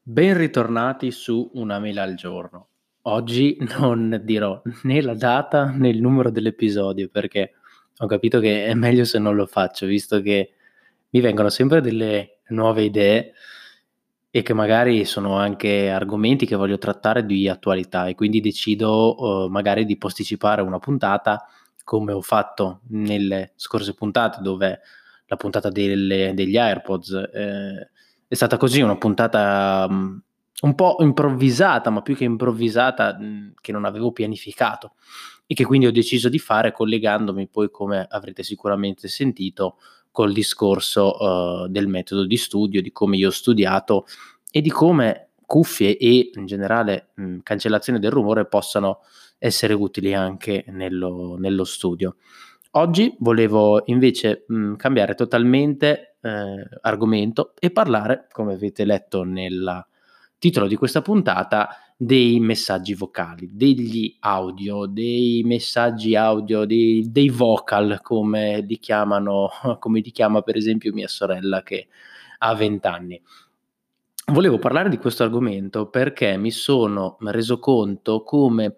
Ben ritornati su Una mela al giorno. Oggi non dirò né la data né il numero dell'episodio perché ho capito che è meglio se non lo faccio, visto che mi vengono sempre delle nuove idee e che magari sono anche argomenti che voglio trattare di attualità e quindi decido magari di posticipare una puntata come ho fatto nelle scorse puntate dove la puntata degli AirPods è stata così una puntata un po' improvvisata, ma più che improvvisata che non avevo pianificato e che quindi ho deciso di fare collegandomi poi, come avrete sicuramente sentito, col discorso del metodo di studio, di come io ho studiato e di come cuffie e in generale cancellazione del rumore possano essere utili anche nello studio. Oggi volevo invece cambiare totalmente argomento e parlare, come avete letto nel titolo di questa puntata, dei messaggi vocali, degli audio, dei messaggi audio, dei vocal, come li chiamano, come li chiama per esempio mia sorella che ha 20 anni. Volevo parlare di questo argomento perché mi sono reso conto come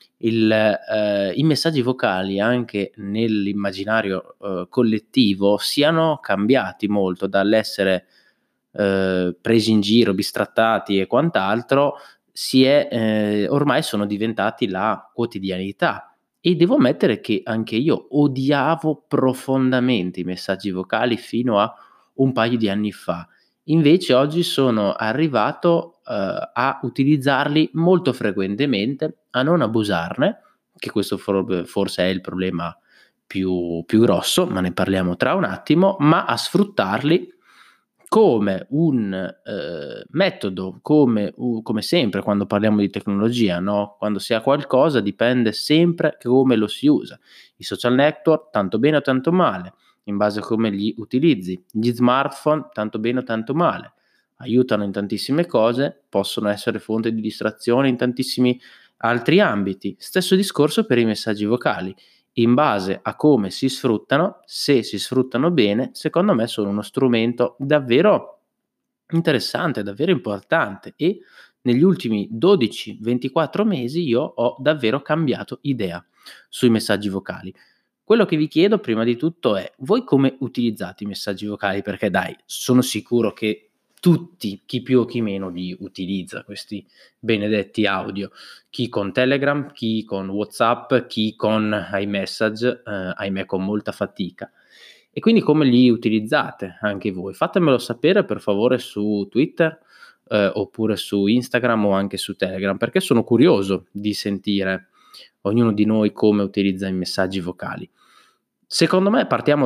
i messaggi vocali anche nell'immaginario collettivo siano cambiati molto dall'essere presi in giro, bistrattati e quant'altro, ormai sono diventati la quotidianità. E devo ammettere che anche io odiavo profondamente i messaggi vocali fino a un paio di anni fa. Invece oggi sono arrivato a utilizzarli molto frequentemente, a non abusarne, che questo forse è il problema più grosso, ma ne parliamo tra un attimo, ma a sfruttarli come un metodo, come sempre quando parliamo di tecnologia, no, quando si ha qualcosa dipende sempre come lo si usa. I social network tanto bene o tanto male, in base a come li utilizzi. Gli smartphone tanto bene o tanto male, aiutano in tantissime cose, possono essere fonte di distrazione in tantissimi altri ambiti. Stesso discorso per i messaggi vocali. In base a come si sfruttano, se si sfruttano bene, secondo me sono uno strumento davvero interessante, davvero importante e negli ultimi 12-24 mesi io ho davvero cambiato idea sui messaggi vocali. Quello che vi chiedo prima di tutto è: voi come utilizzate i messaggi vocali? Perché dai, sono sicuro che tutti, chi più o chi meno, li utilizza questi benedetti audio. Chi con Telegram, chi con WhatsApp, chi con iMessage, ahimè con molta fatica. E quindi come li utilizzate anche voi? Fatemelo sapere per favore su Twitter, oppure su Instagram o anche su Telegram, perché sono curioso di sentire ognuno di noi come utilizza i messaggi vocali. Secondo me partiamo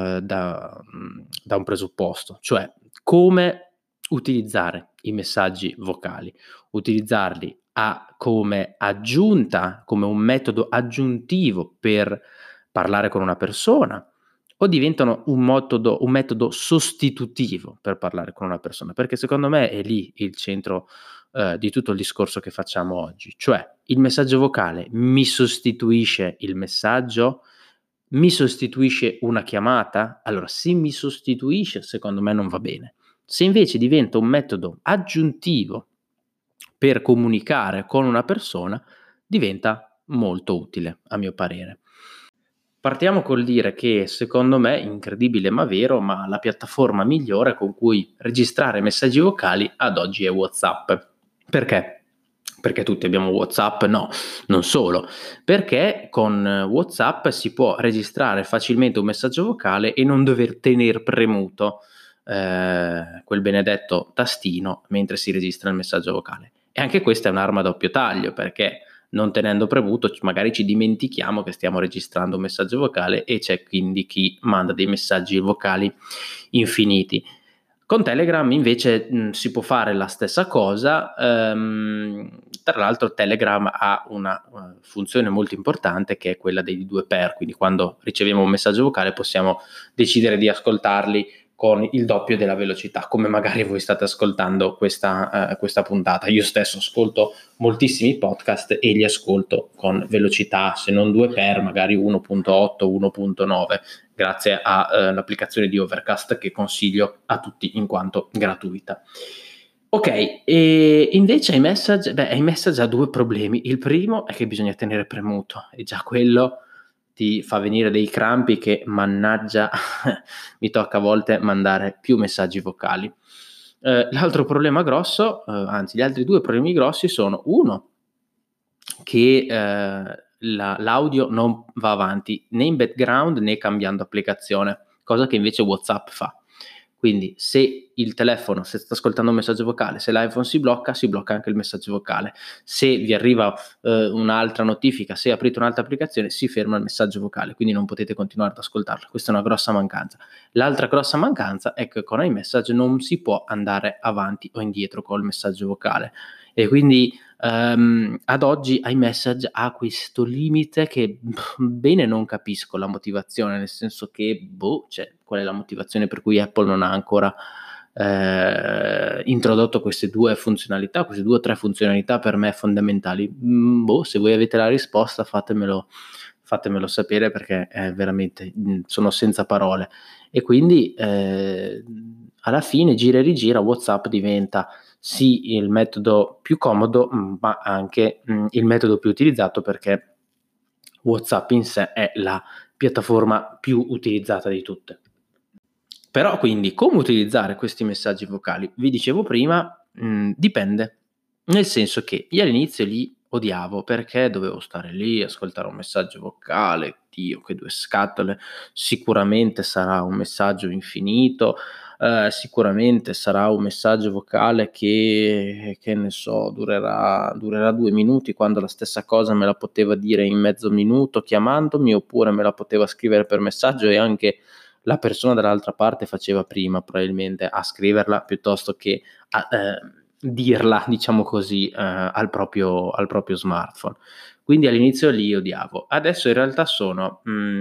da un presupposto, cioè come utilizzare i messaggi vocali. Utilizzarli come aggiunta, come un metodo aggiuntivo per parlare con una persona o diventano un metodo sostitutivo per parlare con una persona, perché secondo me è lì il centro di tutto il discorso che facciamo oggi, cioè il messaggio vocale mi sostituisce il messaggio? Mi sostituisce una chiamata? Allora, se mi sostituisce, secondo me non va bene. Se invece diventa un metodo aggiuntivo per comunicare con una persona, diventa molto utile, a mio parere. Partiamo col dire che secondo me, incredibile ma vero, ma la piattaforma migliore con cui registrare messaggi vocali ad oggi è WhatsApp. Perché? Perché tutti abbiamo WhatsApp? No, non solo. Perché con WhatsApp si può registrare facilmente un messaggio vocale e non dover tener premuto quel benedetto tastino mentre si registra il messaggio vocale. E anche questa è un'arma a doppio taglio, perché non tenendo premuto magari ci dimentichiamo che stiamo registrando un messaggio vocale e c'è quindi chi manda dei messaggi vocali infiniti. Con Telegram invece si può fare la stessa cosa, tra l'altro Telegram ha una funzione molto importante che è quella dei 2x, quindi quando riceviamo un messaggio vocale possiamo decidere di ascoltarli con il doppio della velocità, come magari voi state ascoltando questa puntata. Io stesso ascolto moltissimi podcast e li ascolto con velocità, se non 2x, magari 1.8, 1.9, grazie all'applicazione di Overcast che consiglio a tutti in quanto gratuita. Okay, invece iMessage ha 2 problemi. Il primo è che bisogna tenere premuto e già quello ti fa venire dei crampi che, mannaggia, mi tocca a volte mandare più messaggi vocali. L'altro problema grosso, anzi gli altri 2 problemi grossi sono: 1, che, l'audio non va avanti né in background né cambiando applicazione, cosa che invece WhatsApp fa. Quindi se sta ascoltando un messaggio vocale, se l'iPhone si blocca anche il messaggio vocale. Se vi arriva, un'altra notifica, se aprite un'altra applicazione, si ferma il messaggio vocale, quindi non potete continuare ad ascoltarlo. Questa è una grossa mancanza. L'altra grossa mancanza è che con iMessage non si può andare avanti o indietro col messaggio vocale e quindi ad oggi iMessage ha questo limite che bene non capisco la motivazione, nel senso che, cioè, qual è la motivazione per cui Apple non ha ancora introdotto queste 2 funzionalità, queste 2 o 3 funzionalità per me fondamentali? Se voi avete la risposta fatemelo sapere perché è veramente sono senza parole. E quindi, alla fine gira e rigira WhatsApp diventa sì il metodo più comodo, ma anche, il metodo più utilizzato perché WhatsApp in sé è la piattaforma più utilizzata di tutte. Però quindi come utilizzare questi messaggi vocali? Vi dicevo prima, dipende. Nel senso che io all'inizio li odiavo perché dovevo stare lì, ascoltare un messaggio vocale, Dio che 2 scatole, sicuramente sarà un messaggio infinito, sicuramente sarà un messaggio vocale che ne so, durerà 2 minuti, quando la stessa cosa me la poteva dire in mezzo minuto chiamandomi, oppure me la poteva scrivere per messaggio e anche la persona dall'altra parte faceva prima probabilmente a scriverla piuttosto che a dirla, diciamo così, al proprio smartphone. Quindi all'inizio li odiavo. Adesso in realtà sono,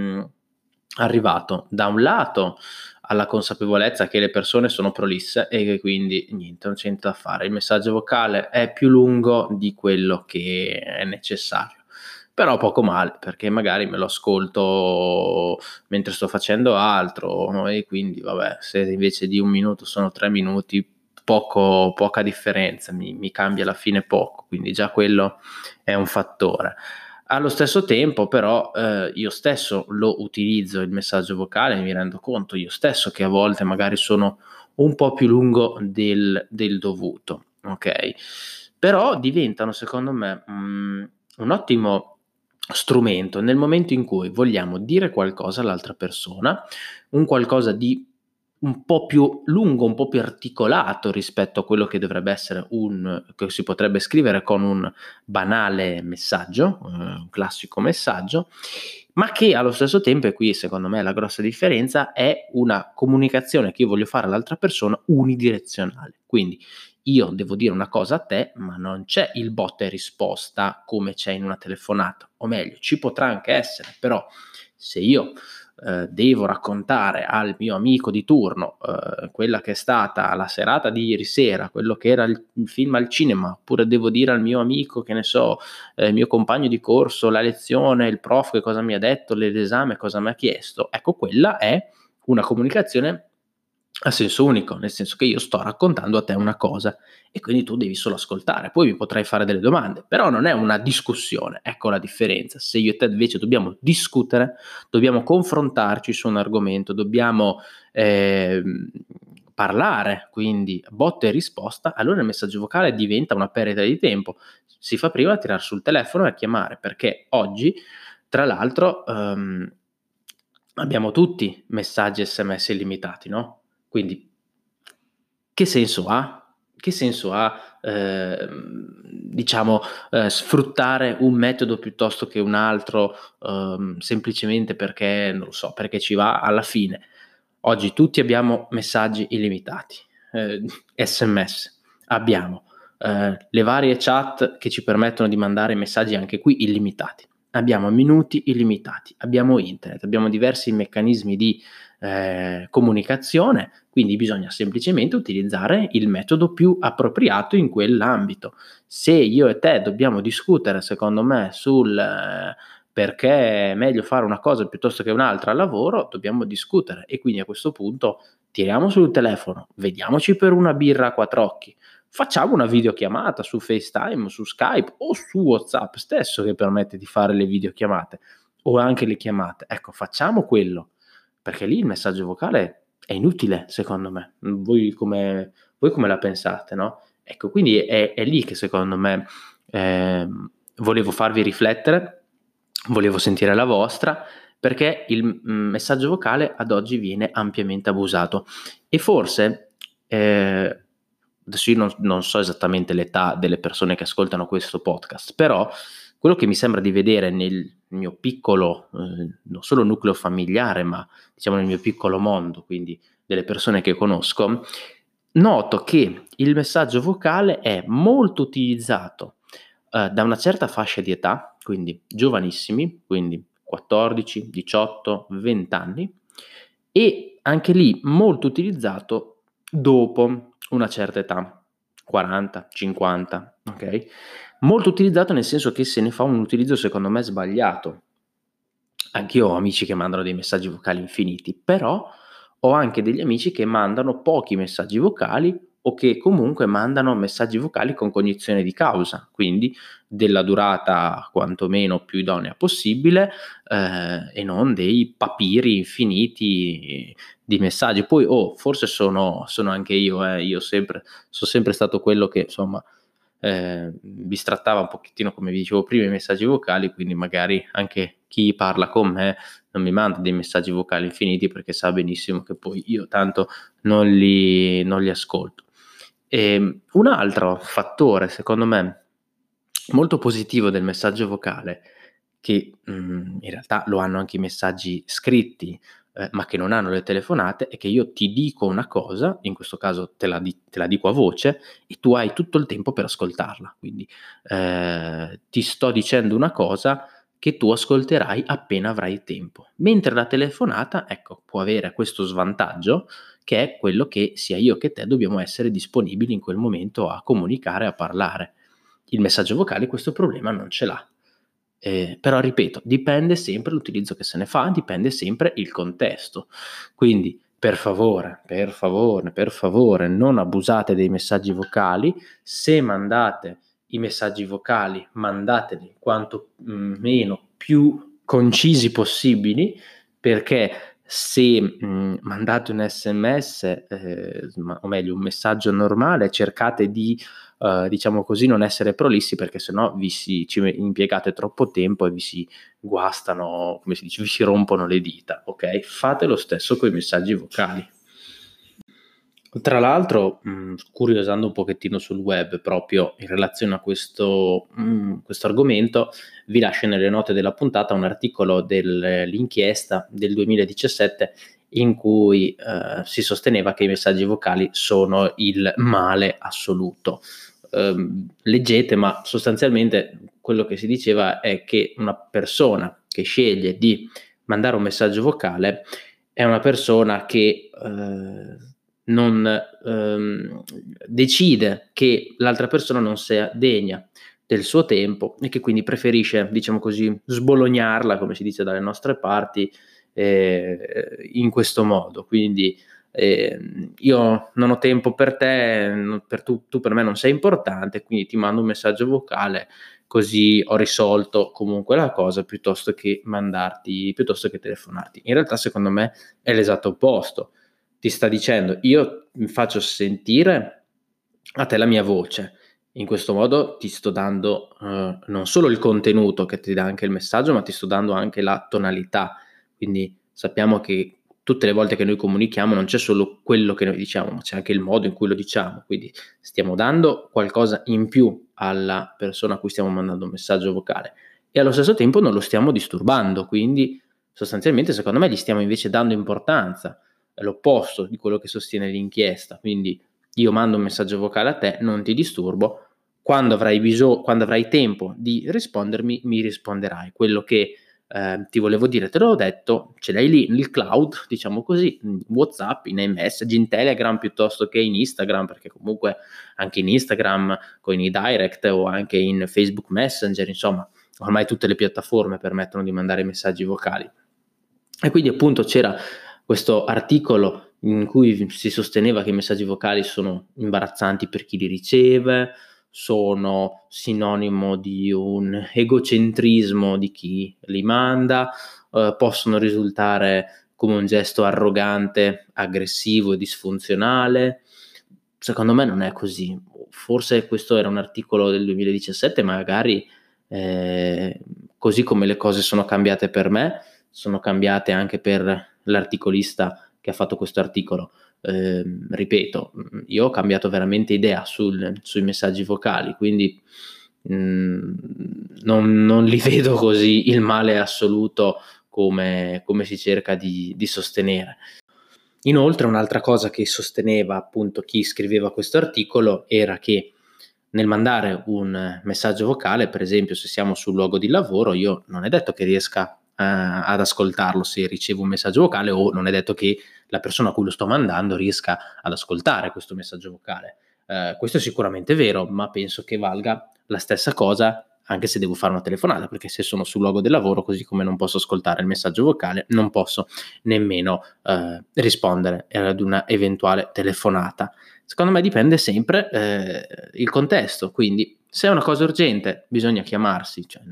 arrivato da un lato alla consapevolezza che le persone sono prolisse e che quindi niente, non c'è niente da fare. Il messaggio vocale è più lungo di quello che è necessario. Però poco male, perché magari me lo ascolto mentre sto facendo altro, no, e quindi vabbè, se invece di 1 minuto sono 3 minuti, poca differenza, mi cambia alla fine poco, quindi già quello è un fattore. Allo stesso tempo però, io stesso lo utilizzo il messaggio vocale, mi rendo conto io stesso che a volte magari sono un po' più lungo del dovuto, okay, però diventano secondo me, un ottimo strumento nel momento in cui vogliamo dire qualcosa all'altra persona, un qualcosa di un po' più lungo, un po' più articolato rispetto a quello che dovrebbe essere che si potrebbe scrivere con un banale messaggio, un classico messaggio, ma che allo stesso tempo, e qui secondo me è la grossa differenza, è una comunicazione che io voglio fare all'altra persona unidirezionale. Quindi io devo dire una cosa a te, ma non c'è il botta e risposta come c'è in una telefonata, o meglio, ci potrà anche essere, però se io devo raccontare al mio amico di turno, quella che è stata la serata di ieri sera, quello che era il film al cinema, oppure devo dire al mio amico, che ne so, il mio compagno di corso, la lezione, il prof che cosa mi ha detto, l'esame cosa mi ha chiesto, ecco quella è una comunicazione a senso unico, nel senso che io sto raccontando a te una cosa e quindi tu devi solo ascoltare, poi mi potrai fare delle domande, però non è una discussione, ecco la differenza. Se io e te invece dobbiamo discutere, dobbiamo confrontarci su un argomento, dobbiamo parlare, quindi botta e risposta, allora il messaggio vocale diventa una perdita di tempo. Si fa prima a tirar sul telefono e a chiamare, perché oggi, tra l'altro, abbiamo tutti messaggi SMS illimitati, no? Quindi che senso ha? Che senso ha, diciamo, sfruttare un metodo piuttosto che un altro, semplicemente perché non lo so, perché ci va? Alla fine oggi tutti abbiamo messaggi illimitati, SMS, abbiamo, le varie chat che ci permettono di mandare messaggi anche qui illimitati, abbiamo minuti illimitati, abbiamo internet, abbiamo diversi meccanismi di comunicazione, quindi bisogna semplicemente utilizzare il metodo più appropriato in quell'ambito. Se io e te dobbiamo discutere, secondo me, sul perché è meglio fare una cosa piuttosto che un'altra al lavoro, dobbiamo discutere e quindi a questo punto tiriamo sul telefono, vediamoci per una birra a quattr'occhi, facciamo una videochiamata su FaceTime, su Skype o su WhatsApp stesso che permette di fare le videochiamate o anche le chiamate. Ecco, facciamo quello, perché lì il messaggio vocale è inutile secondo me. Voi come la pensate, no? Ecco, quindi è lì che secondo me volevo farvi riflettere, volevo sentire la vostra, perché il messaggio vocale ad oggi viene ampiamente abusato e forse adesso io non so esattamente l'età delle persone che ascoltano questo podcast, però quello che mi sembra di vedere nel mio piccolo, non solo nucleo familiare, ma diciamo nel mio piccolo mondo, quindi delle persone che conosco, noto che il messaggio vocale è molto utilizzato da una certa fascia di età, quindi giovanissimi, quindi 14, 18, 20 anni, e anche lì molto utilizzato dopo una certa età, 40, 50, ok? Molto utilizzato nel senso che se ne fa un utilizzo secondo me sbagliato. Anch'io ho amici che mandano dei messaggi vocali infiniti, però ho anche degli amici che mandano pochi messaggi vocali o che comunque mandano messaggi vocali con cognizione di causa, quindi della durata quantomeno più idonea possibile, e non dei papiri infiniti di messaggi. Poi, forse sono anche io sono sempre stato quello che insomma bistrattava un pochettino, come vi dicevo prima, i messaggi vocali, quindi magari anche chi parla con me non mi manda dei messaggi vocali infiniti perché sa benissimo che poi io tanto non li ascolto. Un altro fattore, secondo me, molto positivo del messaggio vocale, che in realtà lo hanno anche i messaggi scritti, ma che non hanno le telefonate, è che io ti dico una cosa, in questo caso te la dico a voce, e tu hai tutto il tempo per ascoltarla. Quindi ti sto dicendo una cosa che tu ascolterai appena avrai tempo. Mentre la telefonata, ecco, può avere questo svantaggio, che è quello che sia io che te dobbiamo essere disponibili in quel momento a comunicare, a parlare. Il messaggio vocale questo problema non ce l'ha. Però ripeto, dipende sempre l'utilizzo che se ne fa, dipende sempre il contesto. Quindi per favore, per favore, per favore, non abusate dei messaggi vocali. Se mandate i messaggi vocali, mandateli quanto meno più concisi possibili, perché se mandate un SMS, o meglio un messaggio normale, cercate di diciamo così, non essere prolissi, perché sennò ci impiegate troppo tempo e vi si guastano, come si dice, vi si rompono le dita, ok? Fate lo stesso con i messaggi vocali. Tra l'altro, curiosando un pochettino sul web proprio in relazione a questo argomento, vi lascio nelle note della puntata un articolo dell'inchiesta del 2017 in cui si sosteneva che i messaggi vocali sono il male assoluto. Leggete, ma sostanzialmente quello che si diceva è che una persona che sceglie di mandare un messaggio vocale è una persona che non decide che l'altra persona non sia degna del suo tempo e che quindi preferisce, diciamo così, sbolognarla, come si dice dalle nostre parti, in questo modo. Quindi io non ho tempo per te, tu per me non sei importante, quindi ti mando un messaggio vocale, così ho risolto comunque la cosa, piuttosto che telefonarti. In realtà secondo me è l'esatto opposto. Ti sta dicendo: io mi faccio sentire a te la mia voce, in questo modo ti sto dando non solo il contenuto che ti dà anche il messaggio, ma ti sto dando anche la tonalità. Quindi sappiamo che tutte le volte che noi comunichiamo non c'è solo quello che noi diciamo, ma c'è anche il modo in cui lo diciamo. Quindi stiamo dando qualcosa in più alla persona a cui stiamo mandando un messaggio vocale e allo stesso tempo non lo stiamo disturbando, quindi sostanzialmente secondo me gli stiamo invece dando importanza. È l'opposto di quello che sostiene l'inchiesta. Quindi io mando un messaggio vocale a te, non ti disturbo, quando avrai tempo di rispondermi, mi risponderai. Quello che ti volevo dire, te l'ho detto, ce l'hai lì nel cloud, diciamo così, in WhatsApp, in iMessage, in Telegram piuttosto che in Instagram, perché comunque anche in Instagram con i direct o anche in Facebook Messenger, insomma, ormai tutte le piattaforme permettono di mandare messaggi vocali. E quindi appunto c'era questo articolo in cui si sosteneva che i messaggi vocali sono imbarazzanti per chi li riceve, sono sinonimo di un egocentrismo di chi li manda, possono risultare come un gesto arrogante, aggressivo e disfunzionale. Secondo me non è così. Forse questo era un articolo del 2017, magari così come le cose sono cambiate per me, sono cambiate anche per l'articolista che ha fatto questo articolo. Ripeto, io ho cambiato veramente idea sui messaggi vocali, quindi non li vedo così il male assoluto come si cerca di sostenere. Inoltre un'altra cosa che sosteneva appunto chi scriveva questo articolo era che nel mandare un messaggio vocale, per esempio se siamo sul luogo di lavoro, io non è detto che riesca ad ascoltarlo se ricevo un messaggio vocale, o non è detto che la persona a cui lo sto mandando riesca ad ascoltare questo messaggio vocale. Questo è sicuramente vero, ma penso che valga la stessa cosa anche se devo fare una telefonata, perché se sono sul luogo del lavoro, così come non posso ascoltare il messaggio vocale, non posso nemmeno rispondere ad una eventuale telefonata. Secondo me dipende sempre il contesto, quindi se è una cosa urgente bisogna chiamarsi, cioè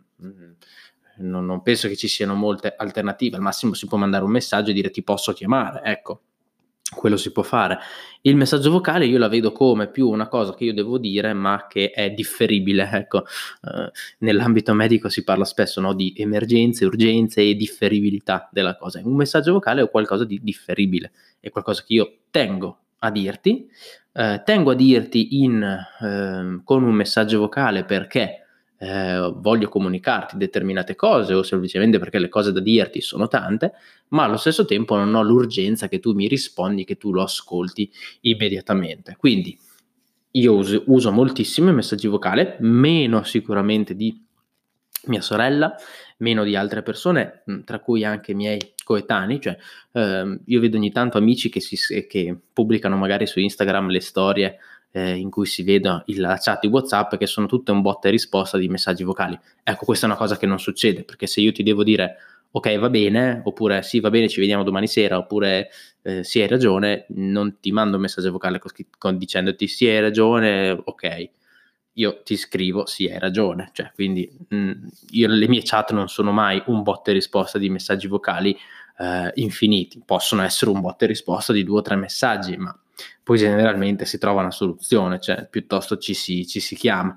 non penso che ci siano molte alternative, al massimo si può mandare un messaggio e dire ti posso chiamare, ecco, quello si può fare. Il messaggio vocale io la vedo come più una cosa che io devo dire ma che è differibile, ecco. Nell'ambito medico si parla spesso, no, di emergenze, urgenze e differibilità della cosa. Un messaggio vocale è qualcosa di differibile, è qualcosa che io tengo a dirti con un messaggio vocale perché voglio comunicarti determinate cose o semplicemente perché le cose da dirti sono tante, ma allo stesso tempo non ho l'urgenza che tu mi rispondi, che tu lo ascolti immediatamente. Quindi io uso moltissimo i messaggi vocali, meno sicuramente di mia sorella, meno di altre persone, tra cui anche i miei coetanei, cioè io vedo ogni tanto amici che pubblicano magari su Instagram le storie in cui si vede la chat di WhatsApp che sono tutte un botta e risposta di messaggi vocali. Ecco, questa è una cosa che non succede, perché se io ti devo dire ok va bene, oppure sì va bene ci vediamo domani sera, oppure sì hai ragione, non ti mando un messaggio vocale dicendoti sì hai ragione, ok. Io ti scrivo sì hai ragione, cioè quindi le mie chat non sono mai un botta e risposta di messaggi vocali infiniti, possono essere un botta e risposta di 2 o 3 messaggi, ma poi generalmente si trova una soluzione, cioè piuttosto ci si chiama.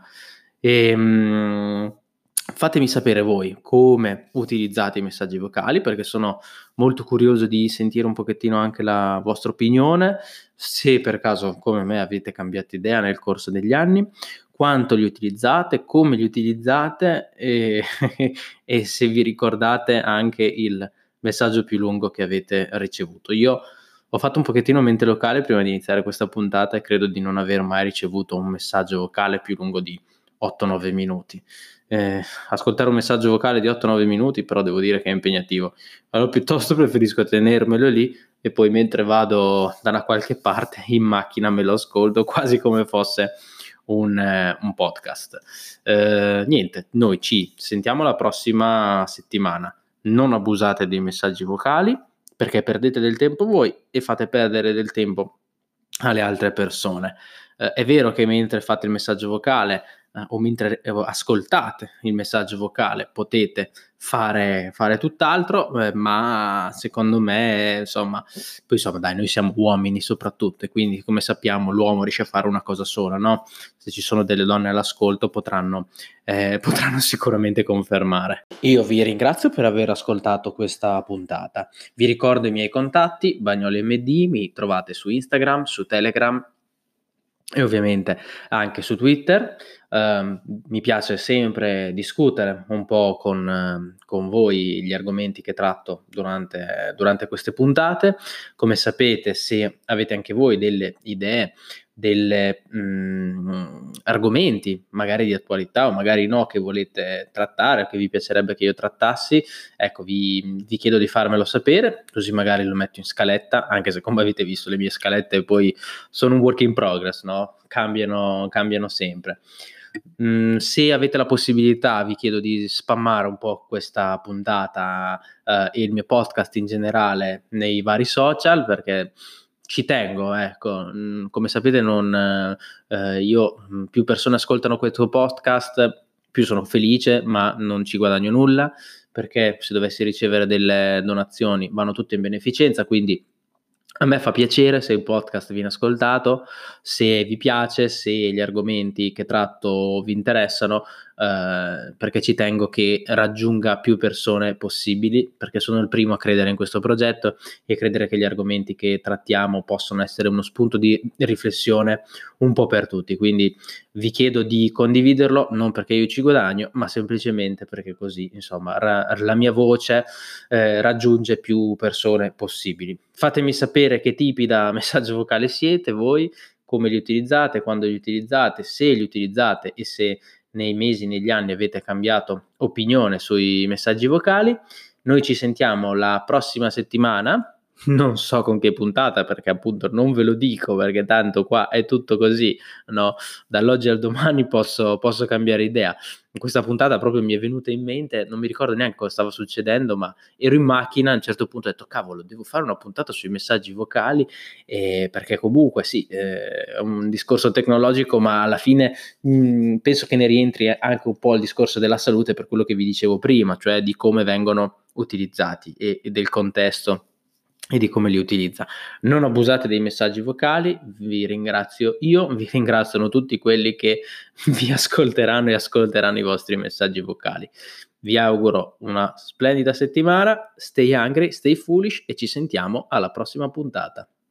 Fatemi sapere voi come utilizzate i messaggi vocali, perché sono molto curioso di sentire un pochettino anche la vostra opinione, se per caso come me avete cambiato idea nel corso degli anni, quanto li utilizzate, come li utilizzate e se vi ricordate anche il messaggio più lungo che avete ricevuto. Io ho fatto un pochettino mente locale prima di iniziare questa puntata e credo di non aver mai ricevuto un messaggio vocale più lungo di 8-9 minuti. Ascoltare un messaggio vocale di 8-9 minuti però devo dire che è impegnativo. Allora piuttosto preferisco tenermelo lì e poi mentre vado da una qualche parte in macchina me lo ascolto quasi come fosse un podcast. Niente, noi ci sentiamo la prossima settimana. Non abusate dei messaggi vocali perché perdete del tempo voi e fate perdere del tempo alle altre persone. È vero che mentre fate il messaggio vocale o mentre ascoltate il messaggio vocale potete fare tutt'altro, ma secondo me insomma poi insomma dai noi siamo uomini soprattutto e quindi come sappiamo l'uomo riesce a fare una cosa sola, no, se ci sono delle donne all'ascolto potranno sicuramente confermare. Io vi ringrazio per aver ascoltato questa puntata. Vi ricordo i miei contatti, Bagnoli MD, mi trovate su Instagram, su Telegram e ovviamente anche su Twitter. Mi piace sempre discutere un po' con voi gli argomenti che tratto durante queste puntate. Come sapete, se avete anche voi delle idee, delle argomenti magari di attualità o magari no che volete trattare, che vi piacerebbe che io trattassi, ecco vi chiedo di farmelo sapere, così magari lo metto in scaletta, anche se come avete visto le mie scalette poi sono un work in progress, no? Cambiano sempre. Se avete la possibilità vi chiedo di spammare un po' questa puntata, e il mio podcast in generale nei vari social, perché ci tengo, ecco. Come sapete non io più persone ascoltano questo podcast, più sono felice, ma non ci guadagno nulla, perché se dovessi ricevere delle donazioni vanno tutte in beneficenza, quindi a me fa piacere se il podcast viene ascoltato, se vi piace, se gli argomenti che tratto vi interessano, perché ci tengo che raggiunga più persone possibili, perché sono il primo a credere in questo progetto e credere che gli argomenti che trattiamo possono essere uno spunto di riflessione un po' per tutti. Quindi vi chiedo di condividerlo, non perché io ci guadagno, ma semplicemente perché così, insomma, la mia voce raggiunge più persone possibili. Fatemi sapere che tipi da messaggio vocale siete voi, come li utilizzate, quando li utilizzate, se li utilizzate e se nei mesi, negli anni avete cambiato opinione sui messaggi vocali. Noi ci sentiamo la prossima settimana, non so con che puntata perché appunto non ve lo dico perché tanto qua è tutto così, no? Dall'oggi al domani posso cambiare idea. In questa puntata proprio mi è venuta in mente, non mi ricordo neanche cosa stava succedendo, ma ero in macchina, a un certo punto ho detto: "Cavolo, devo fare una puntata sui messaggi vocali", perché comunque sì, è un discorso tecnologico, ma alla fine, penso che ne rientri anche un po' il discorso della salute per quello che vi dicevo prima, cioè di come vengono utilizzati e del contesto e di come li utilizza. Non abusate dei messaggi vocali, vi ringrazio io, vi ringraziano tutti quelli che vi ascolteranno e ascolteranno i vostri messaggi vocali. Vi auguro una splendida settimana, stay hungry, stay foolish e ci sentiamo alla prossima puntata.